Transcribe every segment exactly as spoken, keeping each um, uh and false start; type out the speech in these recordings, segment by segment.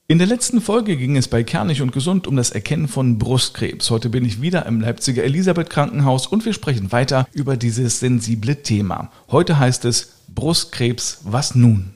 In der letzten Folge ging es bei Kernig und Gesund um das Erkennen von Brustkrebs. Heute bin ich wieder im Leipziger Elisabeth Krankenhaus und wir sprechen weiter über dieses sensible Thema. Heute heißt es Brustkrebs, was nun?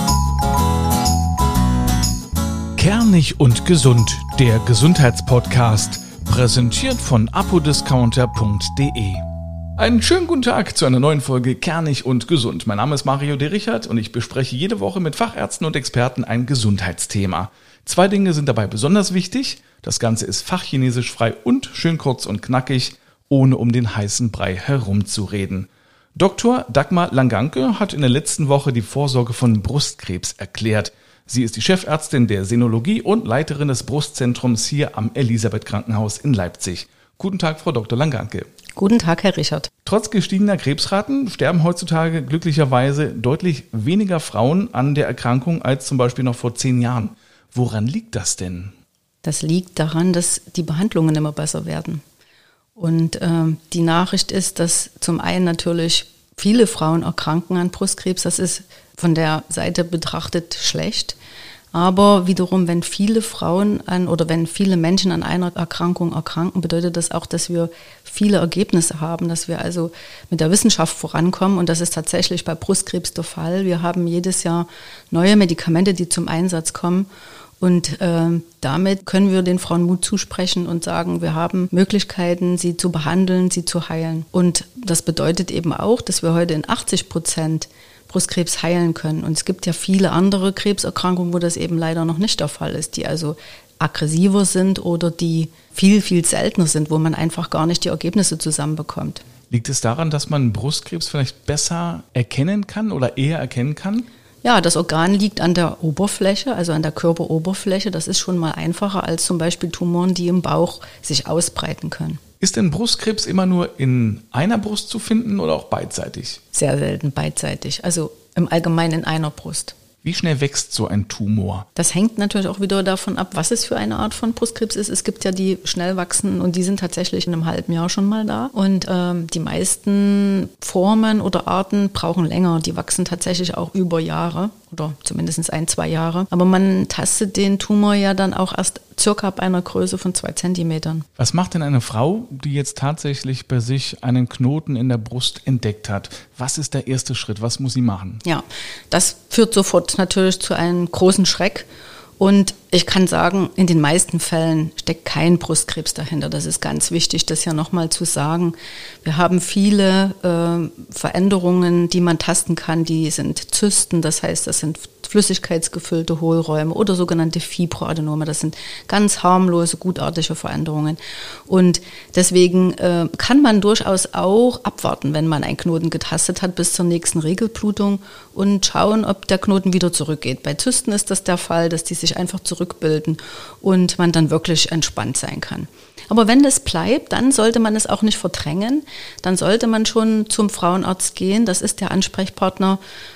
Kernig und Gesund, der Gesundheitspodcast, präsentiert von apodiscounter punkt de. Einen schönen guten Tag zu einer neuen Folge Kernig und Gesund. Mein Name ist Mario de Richard und ich bespreche jede Woche mit Fachärzten und Experten ein Gesundheitsthema. Zwei Dinge sind dabei besonders wichtig. Das Ganze ist fachchinesisch frei und schön kurz und knackig, ohne um den heißen Brei herumzureden. Doktor Dagmar Langanke hat in der letzten Woche die Vorsorge von Brustkrebs erklärt. Sie ist die Chefärztin der Senologie und Leiterin des Brustzentrums hier am Elisabeth Krankenhaus in Leipzig. Guten Tag, Frau Doktor Langanke. Guten Tag, Herr Richard. Trotz gestiegener Krebsraten sterben heutzutage glücklicherweise deutlich weniger Frauen an der Erkrankung als zum Beispiel noch vor zehn Jahren. Woran liegt das denn? Das liegt daran, dass die Behandlungen immer besser werden. Und äh, die Nachricht ist, dass zum einen natürlich viele Frauen erkranken an Brustkrebs. Das ist von der Seite betrachtet schlecht. Aber wiederum, wenn viele Frauen an oder wenn viele Menschen an einer Erkrankung erkranken, bedeutet das auch, dass wir viele Ergebnisse haben, dass wir also mit der Wissenschaft vorankommen. Und das ist tatsächlich bei Brustkrebs der Fall. Wir haben jedes Jahr neue Medikamente, die zum Einsatz kommen. Und äh, damit können wir den Frauen Mut zusprechen und sagen, wir haben Möglichkeiten, sie zu behandeln, sie zu heilen. Und das bedeutet eben auch, dass wir heute in achtzig Prozent Brustkrebs heilen können. Und es gibt ja viele andere Krebserkrankungen, wo das eben leider noch nicht der Fall ist, die also aggressiver sind oder die viel, viel seltener sind, wo man einfach gar nicht die Ergebnisse zusammenbekommt. Liegt es daran, dass man Brustkrebs vielleicht besser erkennen kann oder eher erkennen kann? Ja, das Organ liegt an der Oberfläche, also an der Körperoberfläche. Das ist schon mal einfacher als zum Beispiel Tumoren, die im Bauch sich ausbreiten können. Ist denn Brustkrebs immer nur in einer Brust zu finden oder auch beidseitig? Sehr selten beidseitig, also im Allgemeinen in einer Brust. Wie schnell wächst so ein Tumor? Das hängt natürlich auch wieder davon ab, was es für eine Art von Brustkrebs ist. Es gibt ja die schnell wachsenden und die sind tatsächlich in einem halben Jahr schon mal da. Und ähm, die meisten Formen oder Arten brauchen länger. Die wachsen tatsächlich auch über Jahre oder zumindest ein, zwei Jahre. Aber man tastet den Tumor ja dann auch erst circa ab einer Größe von zwei Zentimetern. Was macht denn eine Frau, die jetzt tatsächlich bei sich einen Knoten in der Brust entdeckt hat? Was ist der erste Schritt? Was muss sie machen? Ja, das führt sofort natürlich zu einem großen Schreck. Und ich kann sagen, in den meisten Fällen steckt kein Brustkrebs dahinter. Das ist ganz wichtig, das hier nochmal zu sagen. Wir haben viele äh, Veränderungen, die man tasten kann. Die sind Zysten, das heißt, das sind flüssigkeitsgefüllte Hohlräume oder sogenannte Fibroadenome. Das sind ganz harmlose, gutartige Veränderungen. Und deswegen äh, kann man durchaus auch abwarten, wenn man einen Knoten getastet hat, bis zur nächsten Regelblutung und schauen, ob der Knoten wieder zurückgeht. Bei Zysten ist das der Fall, dass die sich einfach zurückbilden und man dann wirklich entspannt sein kann. Aber wenn das bleibt, dann sollte man es auch nicht verdrängen. Dann sollte man schon zum Frauenarzt gehen. Das ist der Ansprechpartner.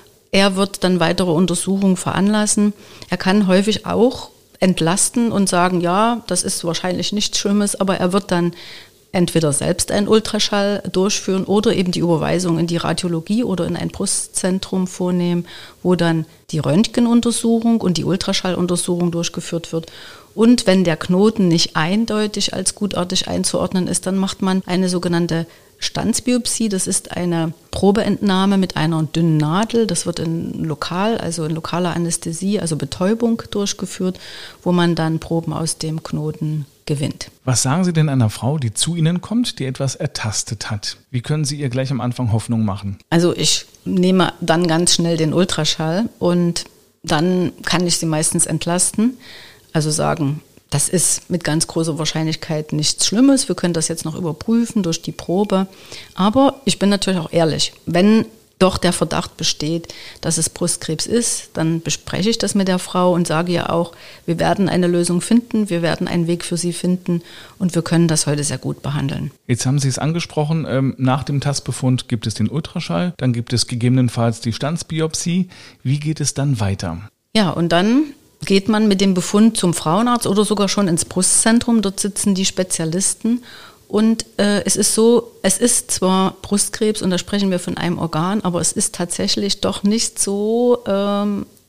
Er wird dann weitere Untersuchungen veranlassen. Er kann häufig auch entlasten und sagen, ja, das ist wahrscheinlich nichts Schlimmes, aber er wird dann entweder selbst einen Ultraschall durchführen oder eben die Überweisung in die Radiologie oder in ein Brustzentrum vornehmen, wo dann die Röntgenuntersuchung und die Ultraschalluntersuchung durchgeführt wird. Und wenn der Knoten nicht eindeutig als gutartig einzuordnen ist, dann macht man eine sogenannte Stanzbiopsie. Das ist eine Probeentnahme mit einer dünnen Nadel. Das wird in lokal, also in lokaler Anästhesie, also Betäubung durchgeführt, wo man dann Proben aus dem Knoten gewinnt. Was sagen Sie denn einer Frau, die zu Ihnen kommt, die etwas ertastet hat? Wie können Sie ihr gleich am Anfang Hoffnung machen? Also ich nehme dann ganz schnell den Ultraschall und dann kann ich sie meistens entlasten. Also sagen, das ist mit ganz großer Wahrscheinlichkeit nichts Schlimmes. Wir können das jetzt noch überprüfen durch die Probe. Aber ich bin natürlich auch ehrlich. Wenn doch der Verdacht besteht, dass es Brustkrebs ist, dann bespreche ich das mit der Frau und sage ihr auch, wir werden eine Lösung finden, wir werden einen Weg für sie finden und wir können das heute sehr gut behandeln. Jetzt haben Sie es angesprochen, ähm, nach dem Tastbefund gibt es den Ultraschall, dann gibt es gegebenenfalls die Stanzbiopsie. Wie geht es dann weiter? Ja, und dann geht man mit dem Befund zum Frauenarzt oder sogar schon ins Brustzentrum. Dort sitzen die Spezialisten. Und äh, es ist so, es ist zwar Brustkrebs und da sprechen wir von einem Organ, aber es ist tatsächlich doch nicht so ähm,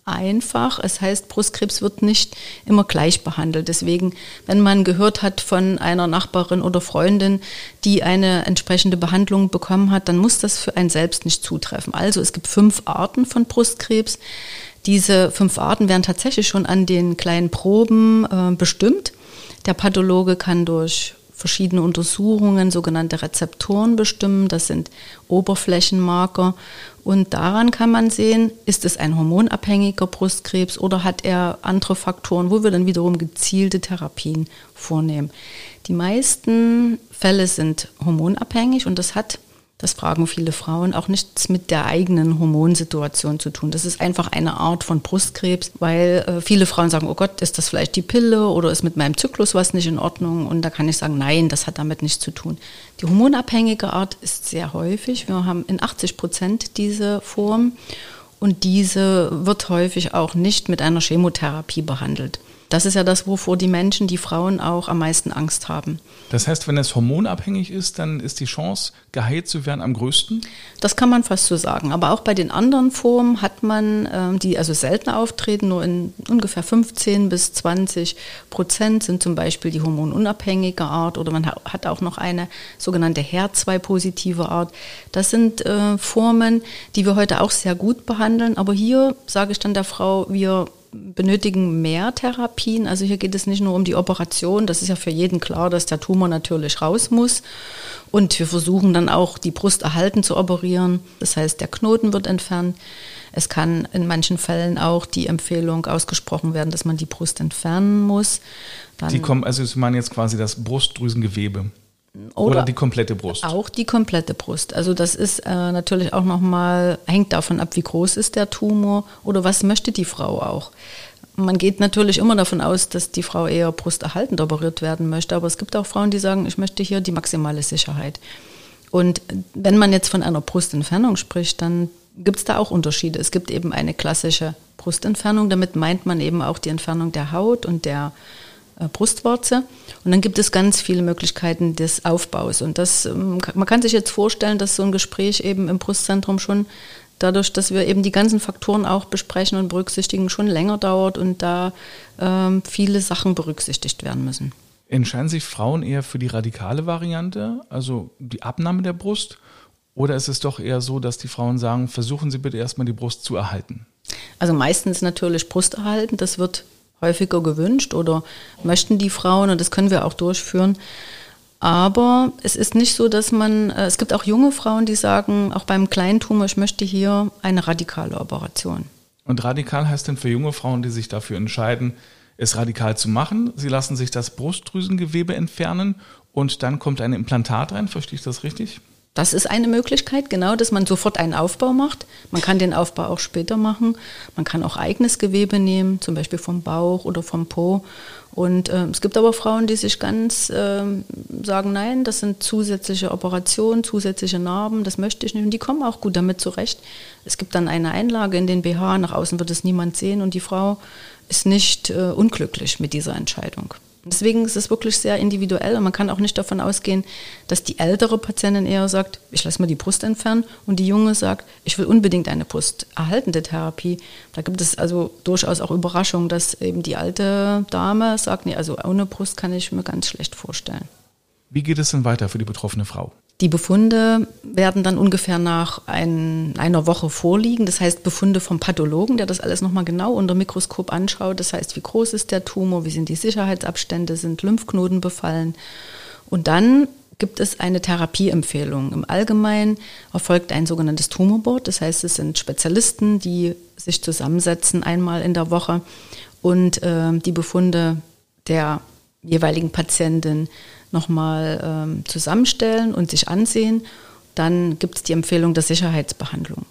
einfach. Es heißt, Brustkrebs wird nicht immer gleich behandelt. Deswegen, wenn man gehört hat von einer Nachbarin oder Freundin, die eine entsprechende Behandlung bekommen hat, dann muss das für einen selbst nicht zutreffen. Also es gibt fünf Arten von Brustkrebs. Diese fünf Arten werden tatsächlich schon an den kleinen Proben äh, bestimmt. Der Pathologe kann durch verschiedene Untersuchungen sogenannte Rezeptoren bestimmen. Das sind Oberflächenmarker. Und daran kann man sehen, ist es ein hormonabhängiger Brustkrebs oder hat er andere Faktoren, wo wir dann wiederum gezielte Therapien vornehmen. Die meisten Fälle sind hormonabhängig und das hat, das fragen viele Frauen, auch nichts mit der eigenen Hormonsituation zu tun. Das ist einfach eine Art von Brustkrebs, weil äh, viele Frauen sagen, oh Gott, ist das vielleicht die Pille oder ist mit meinem Zyklus was nicht in Ordnung? Und da kann ich sagen, nein, das hat damit nichts zu tun. Die hormonabhängige Art ist sehr häufig. Wir haben in achtzig Prozent diese Form und diese wird häufig auch nicht mit einer Chemotherapie behandelt. Das ist ja das, wovor die Menschen, die Frauen auch am meisten Angst haben. Das heißt, wenn es hormonabhängig ist, dann ist die Chance, geheilt zu werden, am größten? Das kann man fast so sagen. Aber auch bei den anderen Formen hat man, äh, die also selten auftreten, nur in ungefähr fünfzehn bis zwanzig Prozent sind zum Beispiel die hormonunabhängige Art oder man ha- hat auch noch eine sogenannte H E R zwei positive Art. Das sind äh, Formen, die wir heute auch sehr gut behandeln. Aber hier sage ich dann der Frau, wir benötigen mehr Therapien. Also hier geht es nicht nur um die Operation. Das ist ja für jeden klar, dass der Tumor natürlich raus muss. Und wir versuchen dann auch, die Brust erhalten zu operieren. Das heißt, der Knoten wird entfernt. Es kann in manchen Fällen auch die Empfehlung ausgesprochen werden, dass man die Brust entfernen muss. Dann die kommen, also Sie meinen jetzt quasi das Brustdrüsengewebe. Oder, Oder die komplette Brust? Auch die komplette Brust. Also das ist äh, natürlich auch nochmal, hängt davon ab, wie groß ist der Tumor oder was möchte die Frau auch. Man geht natürlich immer davon aus, dass die Frau eher brusterhaltend operiert werden möchte, aber es gibt auch Frauen, die sagen, ich möchte hier die maximale Sicherheit. Und wenn man jetzt von einer Brustentfernung spricht, dann gibt es da auch Unterschiede. Es gibt eben eine klassische Brustentfernung, damit meint man eben auch die Entfernung der Haut und der Brustwarze. Und dann gibt es ganz viele Möglichkeiten des Aufbaus. Und das, man kann sich jetzt vorstellen, dass so ein Gespräch eben im Brustzentrum schon dadurch, dass wir eben die ganzen Faktoren auch besprechen und berücksichtigen, schon länger dauert und da ähm, viele Sachen berücksichtigt werden müssen. Entscheiden sich Frauen eher für die radikale Variante, also die Abnahme der Brust? Oder ist es doch eher so, dass die Frauen sagen, versuchen Sie bitte erstmal die Brust zu erhalten? Also meistens natürlich Brust erhalten, das wird häufiger gewünscht oder möchten die Frauen und das können wir auch durchführen. Aber es ist nicht so, dass man, es gibt auch junge Frauen, die sagen, auch beim Kleintumor, ich möchte hier eine radikale Operation. Und radikal heißt denn für junge Frauen, die sich dafür entscheiden, es radikal zu machen, sie lassen sich das Brustdrüsengewebe entfernen und dann kommt ein Implantat rein, verstehe ich das richtig? Das ist eine Möglichkeit, genau, dass man sofort einen Aufbau macht. Man kann den Aufbau auch später machen. Man kann auch eigenes Gewebe nehmen, zum Beispiel vom Bauch oder vom Po. Und äh, es gibt aber Frauen, die sich ganz äh, sagen, nein, das sind zusätzliche Operationen, zusätzliche Narben, das möchte ich nicht. Und die kommen auch gut damit zurecht. Es gibt dann eine Einlage in den B H, nach außen wird es niemand sehen und die Frau ist nicht äh, unglücklich mit dieser Entscheidung. Deswegen ist es wirklich sehr individuell und man kann auch nicht davon ausgehen, dass die ältere Patientin eher sagt, ich lasse mir die Brust entfernen und die junge sagt, ich will unbedingt eine brusterhaltende Therapie. Da gibt es also durchaus auch Überraschungen, dass eben die alte Dame sagt, nee, also ohne Brust kann ich mir ganz schlecht vorstellen. Wie geht es denn weiter für die betroffene Frau? Die Befunde werden dann ungefähr nach ein, einer Woche vorliegen. Das heißt Befunde vom Pathologen, der das alles nochmal genau unter Mikroskop anschaut. Das heißt, wie groß ist der Tumor, wie sind die Sicherheitsabstände, sind Lymphknoten befallen. Und dann gibt es eine Therapieempfehlung. Im Allgemeinen erfolgt ein sogenanntes Tumorboard. Das heißt, es sind Spezialisten, die sich zusammensetzen einmal in der Woche und äh, die Befunde der jeweiligen Patientin nochmal ähm, zusammenstellen und sich ansehen. Dann gibt es die Empfehlung der Sicherheitsbehandlung.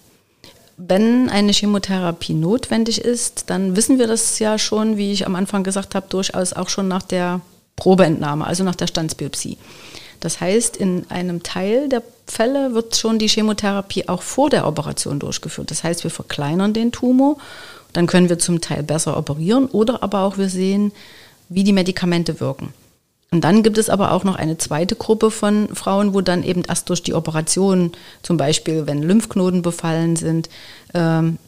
Wenn eine Chemotherapie notwendig ist, dann wissen wir das ja schon, wie ich am Anfang gesagt habe, durchaus auch schon nach der Probeentnahme, also nach der Standsbiopsie. Das heißt, in einem Teil der Fälle wird schon die Chemotherapie auch vor der Operation durchgeführt. Das heißt, wir verkleinern den Tumor, dann können wir zum Teil besser operieren oder aber auch wir sehen, wie die Medikamente wirken. Und dann gibt es aber auch noch eine zweite Gruppe von Frauen, wo dann eben erst durch die Operation, zum Beispiel wenn Lymphknoten befallen sind, ähm,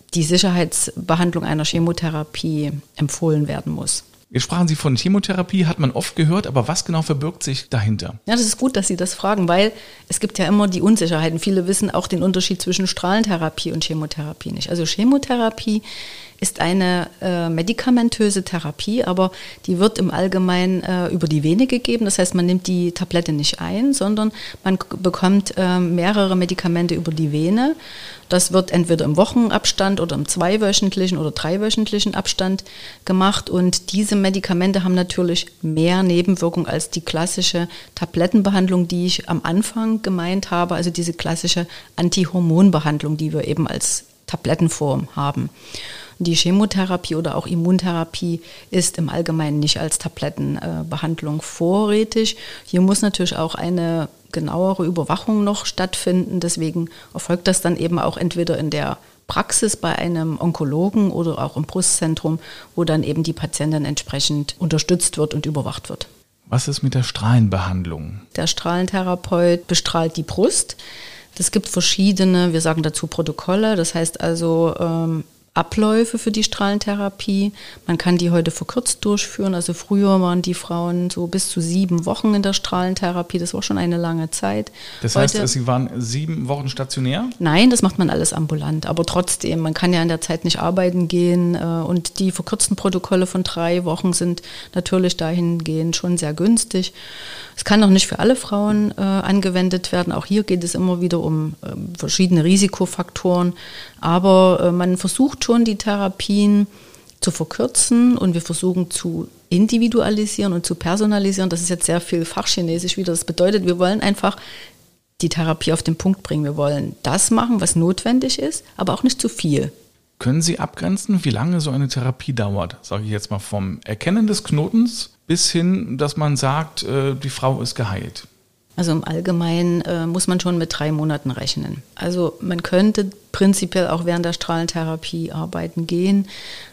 die Sicherheitsbehandlung einer Chemotherapie empfohlen werden muss. Jetzt sprachen Sie von Chemotherapie, hat man oft gehört, aber was genau verbirgt sich dahinter? Ja, das ist gut, dass Sie das fragen, weil es gibt ja immer die Unsicherheiten. Viele wissen auch den Unterschied zwischen Strahlentherapie und Chemotherapie nicht. Also Chemotherapie ist eine äh, medikamentöse Therapie, aber die wird im Allgemeinen äh, über die Vene gegeben. Das heißt, man nimmt die Tablette nicht ein, sondern man k- bekommt äh, mehrere Medikamente über die Vene. Das wird entweder im Wochenabstand oder im zweiwöchentlichen oder dreiwöchentlichen Abstand gemacht. Und diese Medikamente haben natürlich mehr Nebenwirkungen als die klassische Tablettenbehandlung, die ich am Anfang gemeint habe, also diese klassische Antihormonbehandlung, die wir eben als Tablettenform haben. Die Chemotherapie oder auch Immuntherapie ist im Allgemeinen nicht als Tablettenbehandlung vorrätig. Hier muss natürlich auch eine genauere Überwachung noch stattfinden. Deswegen erfolgt das dann eben auch entweder in der Praxis bei einem Onkologen oder auch im Brustzentrum, wo dann eben die Patientin entsprechend unterstützt wird und überwacht wird. Was ist mit der Strahlenbehandlung? Der Strahlentherapeut bestrahlt die Brust. Es gibt verschiedene, wir sagen dazu Protokolle, das heißt also ähm, Abläufe für die Strahlentherapie. Man kann die heute verkürzt durchführen. Also früher waren die Frauen so bis zu sieben Wochen in der Strahlentherapie. Das war schon eine lange Zeit. Das heute, heißt, Sie waren sieben Wochen stationär? Nein, das macht man alles ambulant. Aber trotzdem, man kann ja in der Zeit nicht arbeiten gehen. Und die verkürzten Protokolle von drei Wochen sind natürlich dahingehend schon sehr günstig. Es kann auch nicht für alle Frauen äh, angewendet werden. Auch hier geht es immer wieder um äh, verschiedene Risikofaktoren. Aber äh, man versucht schon, die Therapien zu verkürzen und wir versuchen zu individualisieren und zu personalisieren. Das ist jetzt sehr viel Fachchinesisch wieder. Das bedeutet, wir wollen einfach die Therapie auf den Punkt bringen. Wir wollen das machen, was notwendig ist, aber auch nicht zu viel. Können Sie abgrenzen, wie lange so eine Therapie dauert? Sage ich jetzt mal vom Erkennen des Knotens bis hin, dass man sagt, äh, die Frau ist geheilt. Also im Allgemeinen äh, muss man schon mit drei Monaten rechnen. Also man könnte prinzipiell auch während der Strahlentherapie arbeiten gehen,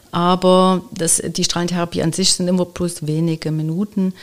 aber das, die Strahlentherapie an sich sind immer bloß wenige Minuten.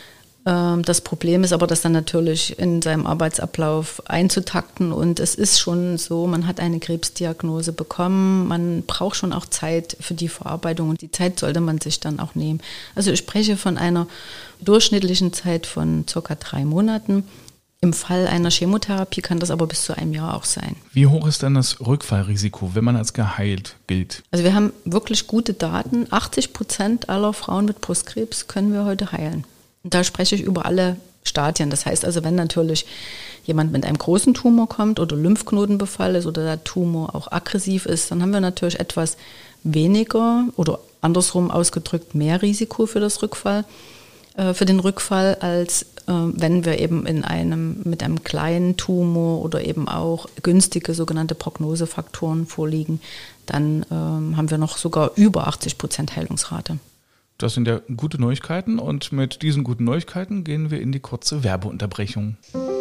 Ähm, das Problem ist aber, das dann natürlich in seinem Arbeitsablauf einzutakten und es ist schon so, man hat eine Krebsdiagnose bekommen, man braucht schon auch Zeit für die Verarbeitung und die Zeit sollte man sich dann auch nehmen. Also ich spreche von einer durchschnittlichen Zeit von circa drei Monaten. Im Fall einer Chemotherapie kann das aber bis zu einem Jahr auch sein. Wie hoch ist denn das Rückfallrisiko, wenn man als geheilt gilt? Also wir haben wirklich gute Daten. achtzig Prozent aller Frauen mit Brustkrebs können wir heute heilen. Und da spreche ich über alle Stadien. Das heißt also, wenn natürlich jemand mit einem großen Tumor kommt oder Lymphknotenbefall ist oder der Tumor auch aggressiv ist, dann haben wir natürlich etwas weniger oder andersrum ausgedrückt mehr Risiko für das Rückfall, äh, für den Rückfall, als äh, wenn wir eben in einem mit einem kleinen Tumor oder eben auch günstige sogenannte Prognosefaktoren vorliegen, dann ähm, haben wir noch sogar über achtzig Prozent Heilungsrate. Das sind ja gute Neuigkeiten und mit diesen guten Neuigkeiten gehen wir in die kurze Werbeunterbrechung.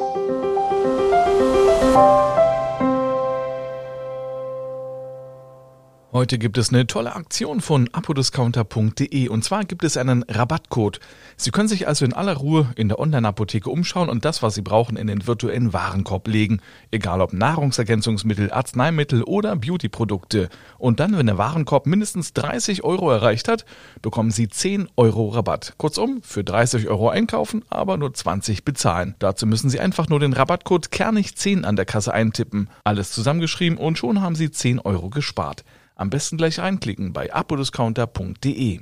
Heute gibt es eine tolle Aktion von apodiscounter punkt de und zwar gibt es einen Rabattcode. Sie können sich also in aller Ruhe in der Online-Apotheke umschauen und das, was Sie brauchen, in den virtuellen Warenkorb legen. Egal ob Nahrungsergänzungsmittel, Arzneimittel oder Beautyprodukte. Und dann, wenn der Warenkorb mindestens dreißig Euro erreicht hat, bekommen Sie zehn Euro Rabatt. Kurzum, für dreißig Euro einkaufen, aber nur zwanzig bezahlen. Dazu müssen Sie einfach nur den Rabattcode kernig zehn an der Kasse eintippen. Alles zusammengeschrieben und schon haben Sie zehn Euro gespart. Am besten gleich reinklicken bei apodiscounter punkt de.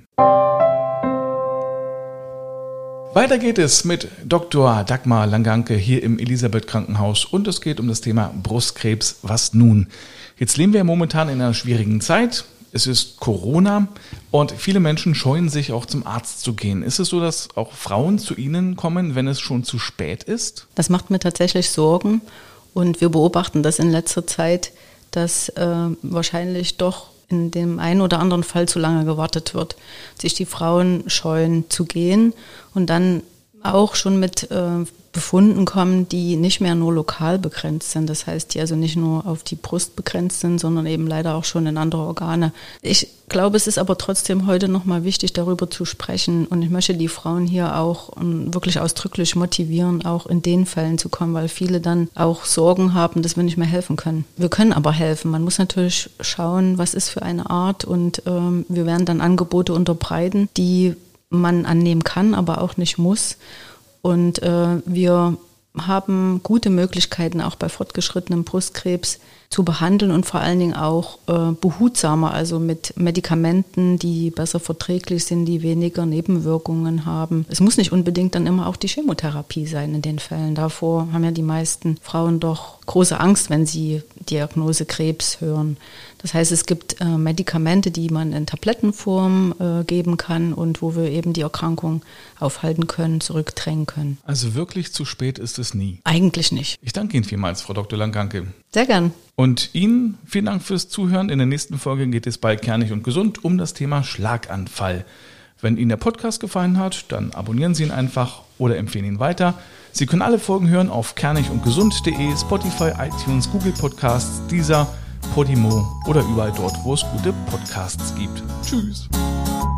Weiter geht es mit Doktor Dagmar Langanke hier im Elisabeth-Krankenhaus und es geht um das Thema Brustkrebs. Was nun? Jetzt leben wir momentan in einer schwierigen Zeit. Es ist Corona und viele Menschen scheuen sich auch zum Arzt zu gehen. Ist es so, dass auch Frauen zu Ihnen kommen, wenn es schon zu spät ist? Das macht mir tatsächlich Sorgen und wir beobachten das in letzter Zeit, dass äh, wahrscheinlich doch in dem einen oder anderen Fall zu lange gewartet wird, sich die Frauen scheuen zu gehen und dann auch schon mit äh, Befunden kommen, die nicht mehr nur lokal begrenzt sind. Das heißt, die also nicht nur auf die Brust begrenzt sind, sondern eben leider auch schon in andere Organe. Ich glaube, es ist aber trotzdem heute nochmal wichtig, darüber zu sprechen. Und ich möchte die Frauen hier auch um, wirklich ausdrücklich motivieren, auch in den Fällen zu kommen, weil viele dann auch Sorgen haben, dass wir nicht mehr helfen können. Wir können aber helfen. Man muss natürlich schauen, was ist für eine Art. Und ähm, wir werden dann Angebote unterbreiten, die man annehmen kann, aber auch nicht muss. Und äh, wir haben gute Möglichkeiten, auch bei fortgeschrittenem Brustkrebs zu behandeln und vor allen Dingen auch äh, behutsamer, also mit Medikamenten, die besser verträglich sind, die weniger Nebenwirkungen haben. Es muss nicht unbedingt dann immer auch die Chemotherapie sein in den Fällen. Davor haben ja die meisten Frauen doch große Angst, wenn sie Diagnose Krebs hören. Das heißt, es gibt äh, Medikamente, die man in Tablettenform äh, geben kann und wo wir eben die Erkrankung aufhalten können, zurückdrängen können. Also wirklich zu spät ist es nie? Eigentlich nicht. Ich danke Ihnen vielmals, Frau Doktor Langanke. Sehr gern. Und Ihnen vielen Dank fürs Zuhören. In der nächsten Folge geht es bei Kernig und Gesund um das Thema Schlaganfall. Wenn Ihnen der Podcast gefallen hat, dann abonnieren Sie ihn einfach oder empfehlen ihn weiter. Sie können alle Folgen hören auf kernig und gesund punkt de, Spotify, iTunes, Google Podcasts, Deezer, Podimo oder überall dort, wo es gute Podcasts gibt. Tschüss.